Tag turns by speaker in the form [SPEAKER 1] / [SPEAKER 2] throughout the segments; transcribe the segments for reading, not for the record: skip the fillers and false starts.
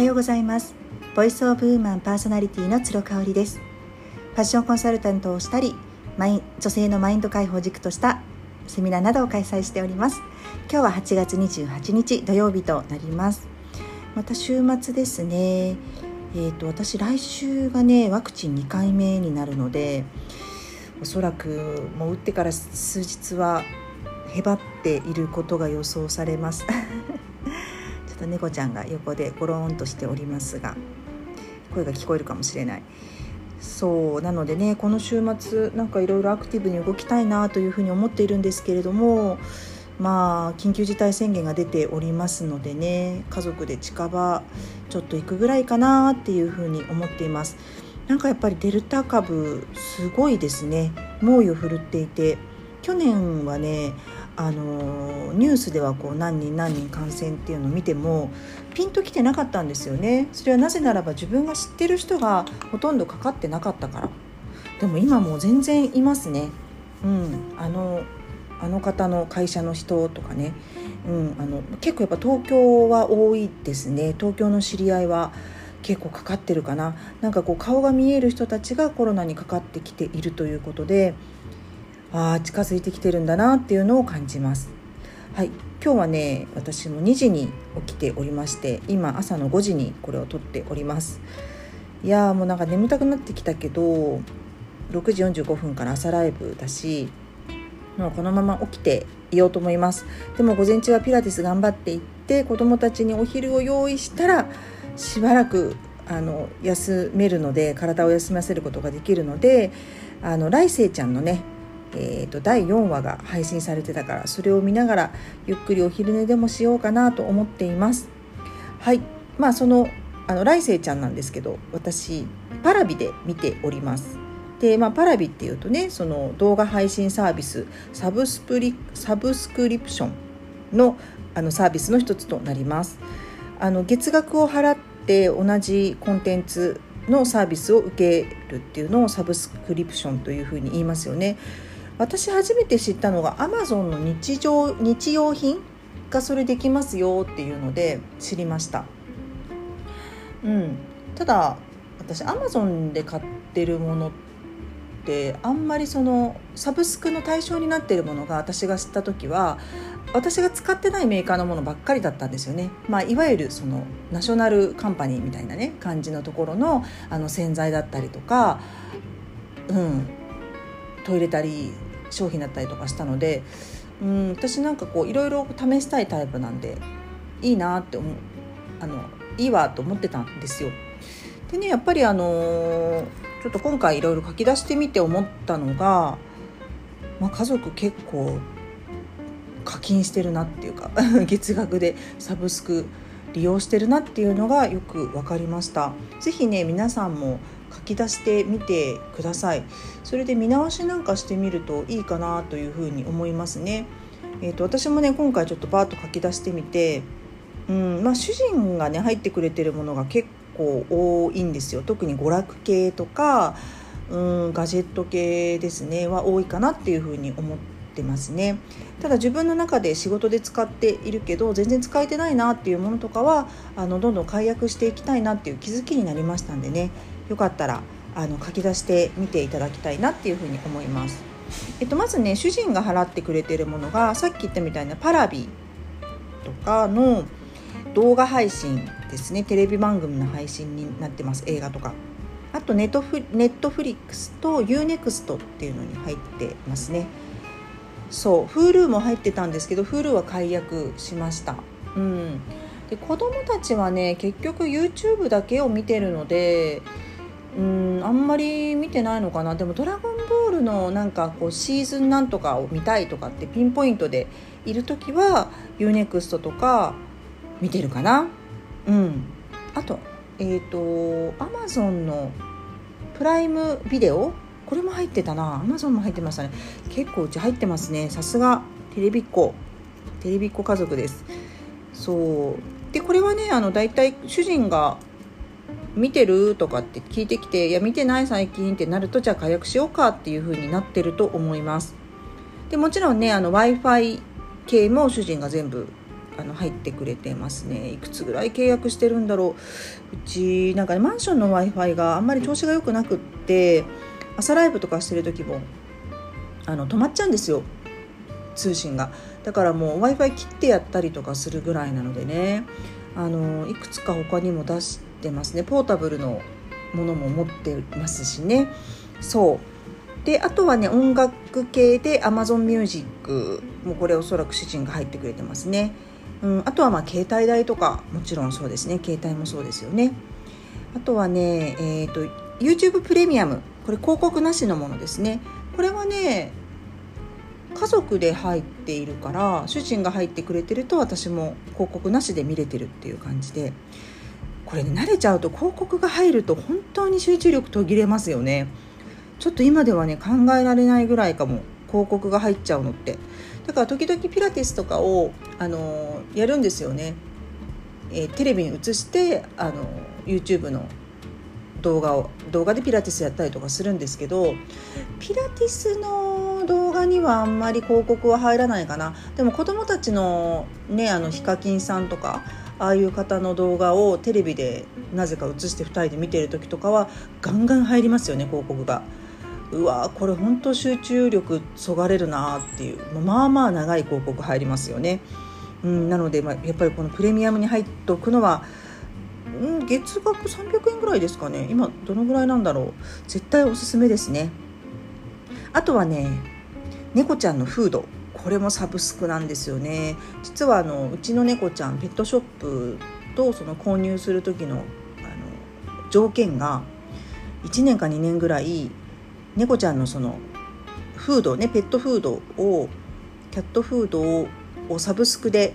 [SPEAKER 1] ようございます。ボイスオブウーマンパーソナリティの鶴香織です。ファッションコンサルタントをしたり、女性のマインド解放軸としたセミナーなどを開催しております。今日は8月28日土曜日となります。また週末ですね。私来週がねワクチン2回目になるので、おそらくもう打ってから数日はへばっていることが予想されますちょっと猫ちゃんが横でゴローンとしておりますが、声が聞こえるかもしれない。そうなのでね、この週末なんかいろいろアクティブに動きたいなというふうに思っているんですけれども、緊急事態宣言が出ておりますのでね、家族で近場ちょっと行くぐらいかなっていうふうに思っています。なんかやっぱりデルタ株すごいですね。猛威を振るっていて、去年はねニュースではこう何人感染っていうのを見てもピンときてなかったんですよね。それはなぜならば自分が知ってる人がほとんどかかってなかったから。でも今もう全然いますね。あの方の会社の人とかね、結構やっぱ東京は多いですね。東京の知り合いは結構かかってるかな。なんかこう顔が見える人たちがコロナにかかってきているということで、近づいてきてるんだなっていうのを感じます。はい、今日はね私も2時に起きておりまして、今朝の5時にこれを撮っております。いやもうなんか眠たくなってきたけど、6時45分から朝ライブだし、もうこのまま起きていようと思います。でも午前中はピラティス頑張っていって、子どもたちにお昼を用意したらしばらく休めるので、体を休ませることができるので、来世ちゃんのね第4話が配信されてたから、それを見ながらゆっくりお昼寝でもしようかなと思っています。はい、その来世ちゃんなんですけど、私パラビで見ております。で、パラビっていうとね、その動画配信サービスサブスクリプションのサービスの一つとなります。月額を払って同じコンテンツのサービスを受けるっていうのをサブスクリプションというふうに言いますよね。私初めて知ったのが Amazon の日用品がそれできますよっていうので知りました。ただ私 Amazon で買ってるものってあんまりそのサブスクの対象になっているものが、私が知った時は私が使ってないメーカーのものばっかりだったんですよね。いわゆるそのナショナルカンパニーみたいなね感じのところの洗剤だったりとか、トイレたり商品だったりとかしたので、私なんかこういろいろ試したいタイプなんで、いいなっていいわと思ってたんですよ。でね、やっぱりちょっと今回いろいろ書き出してみて思ったのが、家族結構課金してるなっていうか月額でサブスク利用してるなっていうのがよく分かりました。ぜひね皆さんも書き出してみてください。それで見直しなんかしてみるといいかなというふうに思いますね。私もね今回ちょっとバーッと書き出してみて、主人がね入ってくれてるものが結構多いんですよ。特に娯楽系とかガジェット系ですねは多いかなっていうふうに思ってますね。ただ自分の中で仕事で使っているけど全然使えてないなっていうものとかはどんどん解約していきたいなっていう気づきになりましたんでね、よかったら書き出してみていただきたいなっていうふうに思います。まずね主人が払ってくれているものが、さっき言ったみたいなパラビとかの動画配信ですね。テレビ番組の配信になってます。映画とか、あとネットフリックスと UNEXT っていうのに入ってますね。そう Hulu も入ってたんですけど Hulu は解約しました。で子供たちはね結局 YouTube だけを見てるのであんまり見てないのかな。でもドラゴンボールのなんかこうシーズンなんとかを見たいとかってピンポイントでいるときは UNEXT とか見てるかな。あとAmazon のプライムビデオ、これも入ってたな。 Amazon も入ってましたね。結構うち入ってますね。さすがテレビっ子家族です。そうでこれはねだいたい主人が見てるとかって聞いてきて、いや見てない最近ってなると、じゃあ解約しようかっていう風になってると思います。でもちろんねWi-Fi 系も主人が全部入ってくれてますね。いくつぐらい契約してるんだろう。うちなんかね、マンションの Wi-Fi があんまり調子が良くなくって、朝ライブとかしてる時も止まっちゃうんですよ、通信が。だからもう Wi-Fi 切ってやったりとかするぐらいなのでね、いくつか他にも出してますね。ポータブルのものも持ってますしね。そうで、あとはね、音楽系で Amazon Music もこれおそらく主人が入ってくれてますね。あとは携帯代とかもちろんそうですね。携帯もそうですよね。あとはね、YouTube プレミアム、これ広告なしのものですね。これはね、家族で入っているから、主人が入ってくれてると私も広告なしで見れてるっていう感じで、これね、慣れちゃうと広告が入ると本当に集中力途切れますよね。ちょっと今ではね、考えられないぐらいかも、広告が入っちゃうのって。だから時々ピラティスとかを、やるんですよね。テレビに映してYouTube の動画でピラティスやったりとかするんですけど、ピラティスの動画にはあんまり広告は入らないかな。でも子どもたちのね、ヒカキンさんとかああいう方の動画をテレビでなぜか映して2人で見てる時とかはガンガン入りますよね、広告が。うわー、これ本当集中力そがれるなっていう、まあまあ長い広告入りますよね。なので、やっぱりこのプレミアムに入っておくのは、月額300円ぐらいですかね。今どのぐらいなんだろう。絶対おすすめですね。あとはね、猫ちゃんのフード、これもサブスクなんですよね。実はうちの猫ちゃん、ペットショップとその購入する時の条件が1年か2年ぐらい猫ちゃんのそのフードね、ペットフードを、キャットフードをサブスクで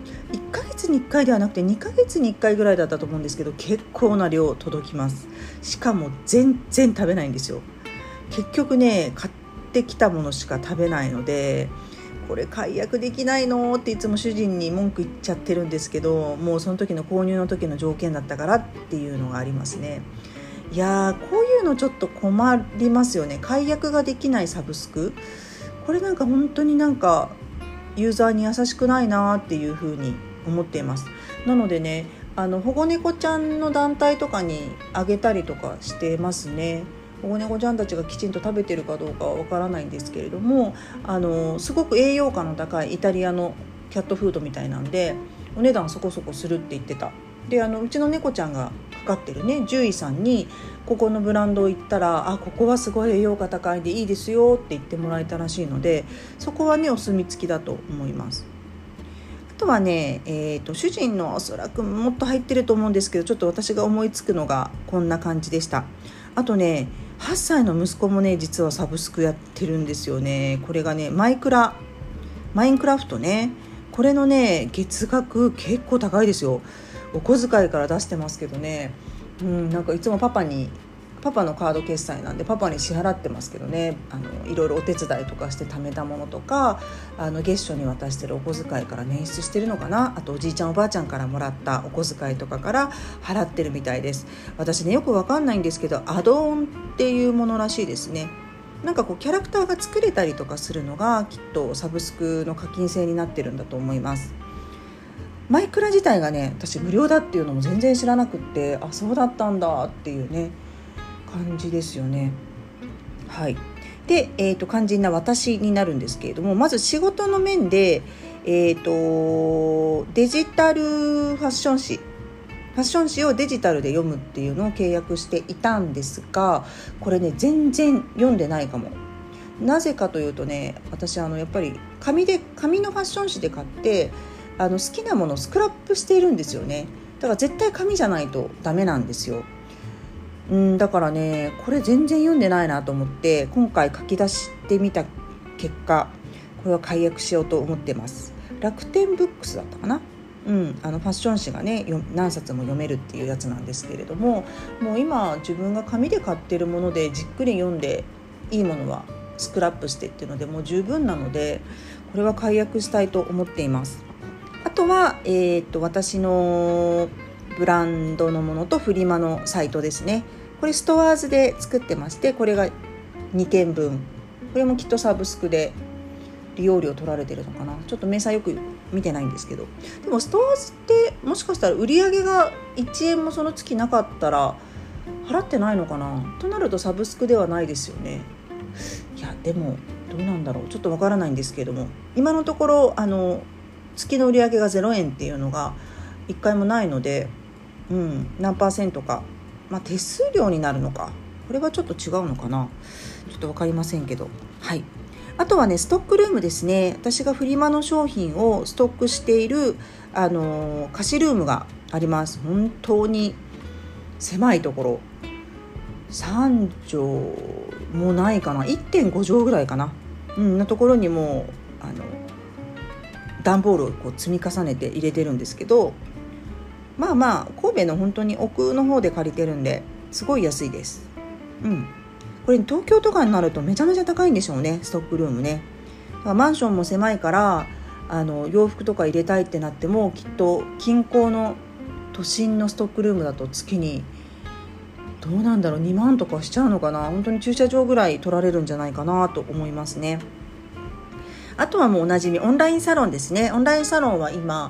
[SPEAKER 1] 1ヶ月に1回ではなくて2ヶ月に1回ぐらいだったと思うんですけど、結構な量届きます。しかも全然食べないんですよ。結局ね、買ってきたものしか食べないので、これ解約できないのっていつも主人に文句言っちゃってるんですけど、もうその時の購入の時の条件だったからっていうのがありますね。いやー、こういうのちょっと困りますよね。解約ができないサブスク、これなんか本当になんかユーザーに優しくないなっていうふうに思っています。なのでね、保護猫ちゃんの団体とかにあげたりとかしてますね。保護猫ちゃんたちがきちんと食べてるかどうかはわからないんですけれども、すごく栄養価の高いイタリアのキャットフードみたいなんで、お値段そこそこするって言ってた。で、うちの猫ちゃんがかかってるね、獣医さんにここのブランド行ったら、ここはすごい栄養価高いんでいいですよって言ってもらえたらしいので、そこはね、お墨付きだと思います。あとはね、主人のおそらくもっと入ってると思うんですけど、ちょっと私が思いつくのがこんな感じでした。あとね、8歳の息子もね、実はサブスクやってるんですよね。これがね、マインクラフトね、これのね、月額結構高いですよ。お小遣いから出してますけどね、なんかいつもパパのカード決済なんでパパに支払ってますけどね、いろいろお手伝いとかして貯めたものとか、月初に渡してるお小遣いから捻出してるのかな。あとおじいちゃんおばあちゃんからもらったお小遣いとかから払ってるみたいです。私ね、よくわかんないんですけど、アドオンっていうものらしいですね。なんかこうキャラクターが作れたりとかするのがきっとサブスクの課金制になってるんだと思います。マイクラ自体がね、私無料だっていうのも全然知らなくって、そうだったんだっていうね感じですよね。はい。で、肝心な私になるんですけれども、まず仕事の面で、デジタルファッション誌をデジタルで読むっていうのを契約していたんですが、これね、全然読んでないかも。なぜかというとね、私やっぱり紙のファッション誌で買って好きなものをスクラップしているんですよね。だから絶対紙じゃないとダメなんですよ。だからね、これ全然読んでないなと思って、今回書き出してみた結果、これは解約しようと思ってます。楽天ブックスだったかな。ファッション誌がね、何冊も読めるっていうやつなんですけれども、もう今自分が紙で買ってるものでじっくり読んで、いいものはスクラップしてっていうのでもう十分なので、これは解約したいと思っています。あとは、私のブランドのものとフリマのサイトですね。これストアーズで作ってまして、これが2件分、これもきっとサブスクで利用料取られてるのかな、ちょっと明細よく見てないんですけど、でもストアーズってもしかしたら売り上げが1円もその月なかったら払ってないのかなとなるとサブスクではないですよね。いやでもどうなんだろう、ちょっとわからないんですけれども、今のところ月の売り上げが0円っていうのが1回もないので、何%か、手数料になるのか、これはちょっと違うのかな、ちょっと分かりませんけど、はい。あとはね、ストックルームですね。私がフリマの商品をストックしている貸しルームがあります。本当に狭いところ、3畳もないかな、 1.5 畳ぐらいかな、のところにも段ボールをこう積み重ねて入れてるんですけど、神戸の本当に奥の方で借りてるんですごい安いです。これ東京とかになるとめちゃめちゃ高いんでしょうね、ストックルームね。マンションも狭いから洋服とか入れたいってなっても、きっと近郊の都心のストックルームだと月にどうなんだろう、2万とかしちゃうのかな。本当に駐車場ぐらい取られるんじゃないかなと思いますね。あとはもうおなじみオンラインサロンですね。オンラインサロンは今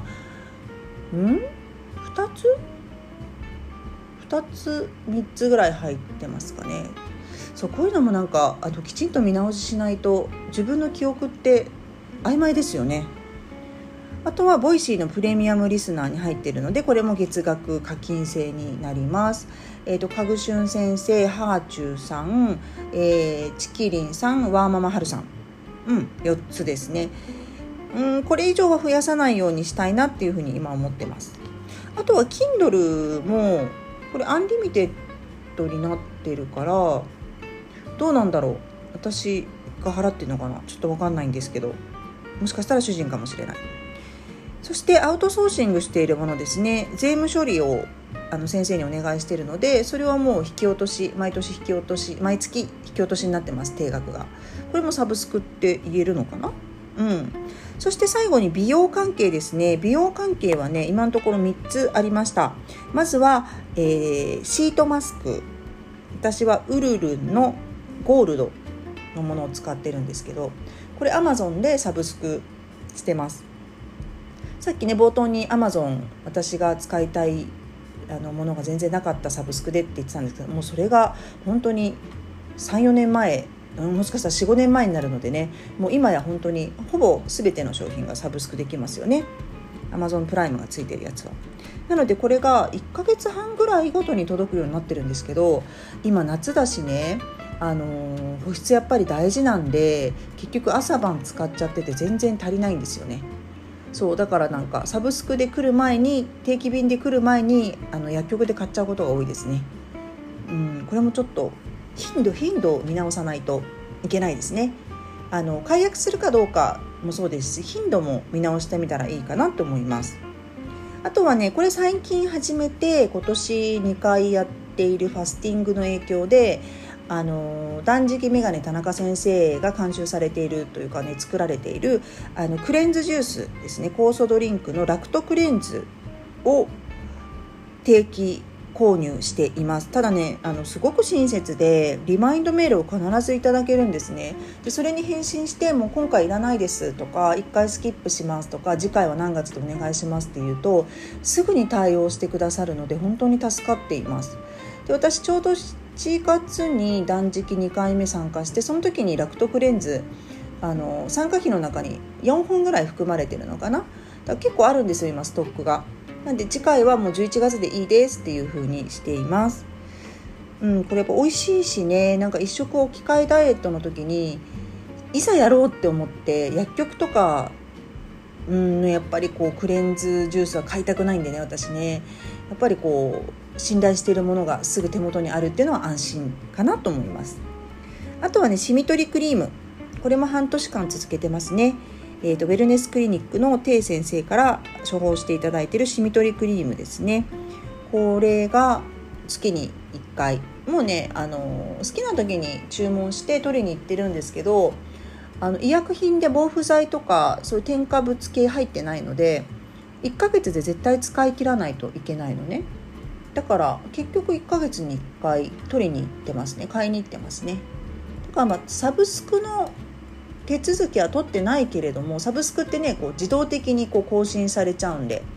[SPEAKER 1] 2つ3つぐらい入ってますかね。そう、こういうのもなんかきちんと見直ししないと自分の記憶って曖昧ですよね。あとはボイシーのプレミアムリスナーに入っているので、これも月額課金制になります。かぐしゅん先生、ハーチューさん、チキリンさん、ワーママハルさん、4つですね。これ以上は増やさないようにしたいなっていうふうに今思ってます。あとは Kindle もこれアンリミテッドになってるから、どうなんだろう、私が払ってるのかな、ちょっと分かんないんですけど、もしかしたら主人かもしれない。そしてアウトソーシングしているものですね。税務処理を先生にお願いしているので、それはもう引き落とし、毎月引き落としになってます。定額が。これもサブスクって言えるのかな。そして最後に美容関係ですね。美容関係はね、今のところ3つありました。まずは、シートマスク。私はウルルンのゴールドのものを使ってるんですけど、これ Amazon でサブスクしてます。さっきね、冒頭に Amazon 私が使いたいものが全然なかったサブスクでって言ってたんですけど、もうそれが本当に 3,4 年前、もしかしたら 4,5 年前になるのでね、もう今や本当にほぼ全ての商品がサブスクできますよね。 Amazon プライムがついてるやつは。なのでこれが1ヶ月半ぐらいごとに届くようになってるんですけど、今夏だしね、保湿やっぱり大事なんで、結局朝晩使っちゃってて全然足りないんですよね。そうだからなんかサブスクで来る前に、定期便で来る前に薬局で買っちゃうことが多いですね。これもちょっと頻度を見直さないといけないですね。解約するかどうかもそうですし、頻度も見直してみたらいいかなと思います。あとはね、これ最近始めて今年2回やっているファスティングの影響で、断食メガネ田中先生が監修されているというかね、作られているクレンズジュースですね。酵素ドリンクのラクトクレンズを定期購入しています。ただね、すごく親切でリマインドメールを必ずいただけるんですね。でそれに返信して、もう今回いらないですとか、1回スキップしますとか、次回は何月でお願いしますって言うとすぐに対応してくださるので、本当に助かっています。で私ちょうど7月に断食2回目参加して、その時にラクトクレンズ参加費の中に4本ぐらい含まれてるのかな。だから結構あるんですよ今ストックが。なんで次回はもう11月でいいですっていう風にしています。これやっぱ美味しいしね、なんか一食置き換えダイエットの時にいざやろうって思って薬局とかやっぱりこうクレンズジュースは買いたくないんでね、私ね、やっぱりこう信頼しているものがすぐ手元にあるっていうのは安心かなと思います。あとはね、シミ取りクリーム、これも半年間続けてますね。ウェルネスクリニックのテイ先生から処方していただいているシミ取りクリームですね。これが月に1回、もうね好きな時に注文して取りに行ってるんですけど、医薬品で防腐剤とかそういう添加物系入ってないので、1ヶ月で絶対使い切らないといけないのね。だから結局1ヶ月に1回取りに行ってますね。買いに行ってますね。だからサブスクの手続きは取ってないけれども、サブスクってねこう自動的にこう更新されちゃうんで、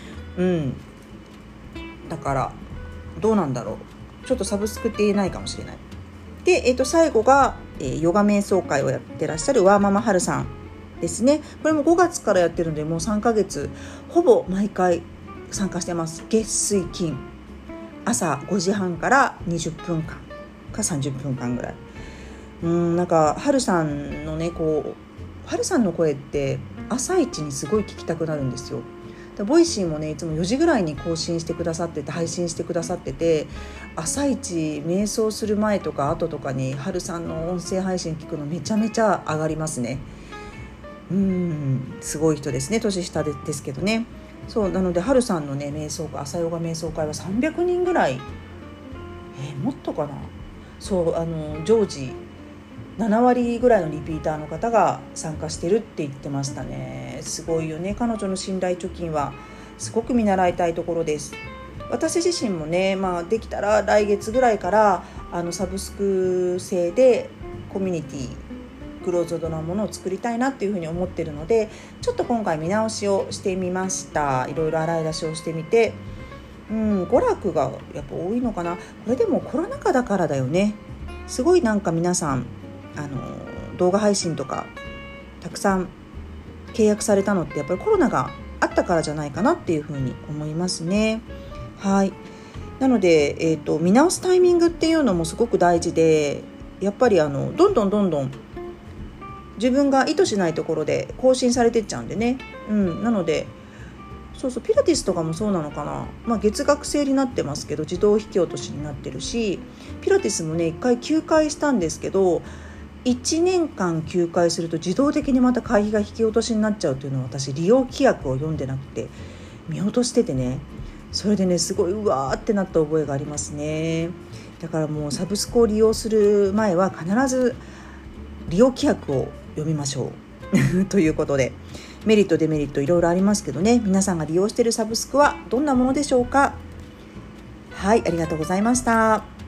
[SPEAKER 1] だからどうなんだろう、ちょっとサブスクって言えないかもしれない。で、最後が、ヨガ瞑想会をやってらっしゃるワーママハルさんですね。これも5月からやってるのでもう3ヶ月ほぼ毎回参加してます。月水金、朝5時半から20分間か30分間ぐらい。なんかハルさんのねハルさんの声って朝一にすごい聞きたくなるんですよ。ボイシーもねいつも4時ぐらいに更新してくださってて、配信してくださってて、朝一瞑想する前とか後とかにハルさんの音声配信聞くのめちゃめちゃ上がりますね。すごい人ですね。年下ですけどね。そうなのでハルさんのね瞑想会、朝ヨガ瞑想会は300人ぐらい、もっとかな、そう常時7割ぐらいのリピーターの方が参加してるって言ってましたね。すごいよね。彼女の信頼貯金はすごく見習いたいところです。私自身もね、できたら来月ぐらいからサブスク制でコミュニティクローズドなものを作りたいなっていうふうに思ってるので、ちょっと今回見直しをしてみました。いろいろ洗い出しをしてみて、娯楽がやっぱ多いのかな。これでもコロナ禍だからだよね。すごいなんか皆さん動画配信とかたくさん契約されたのってやっぱりコロナがあったからじゃないかなっていうふうに思いますね。はい。なので、見直すタイミングっていうのもすごく大事で、やっぱりどんどん自分が意図しないところで更新されてっちゃうんでね。なのでピラティスとかもそうなのかな、月額制になってますけど自動引き落としになってるし、ピラティスもね1回休会したんですけど、1年間休会すると自動的にまた会費が引き落としになっちゃうというのは、私利用規約を読んでなくて見落としててね、それでねすごいうわーってなった覚えがありますね。だからもうサブスクを利用する前は必ず利用規約を読みましょうということで、メリットデメリットいろいろありますけどね、皆さんが利用しているサブスクはどんなものでしょうか。はい、ありがとうございました。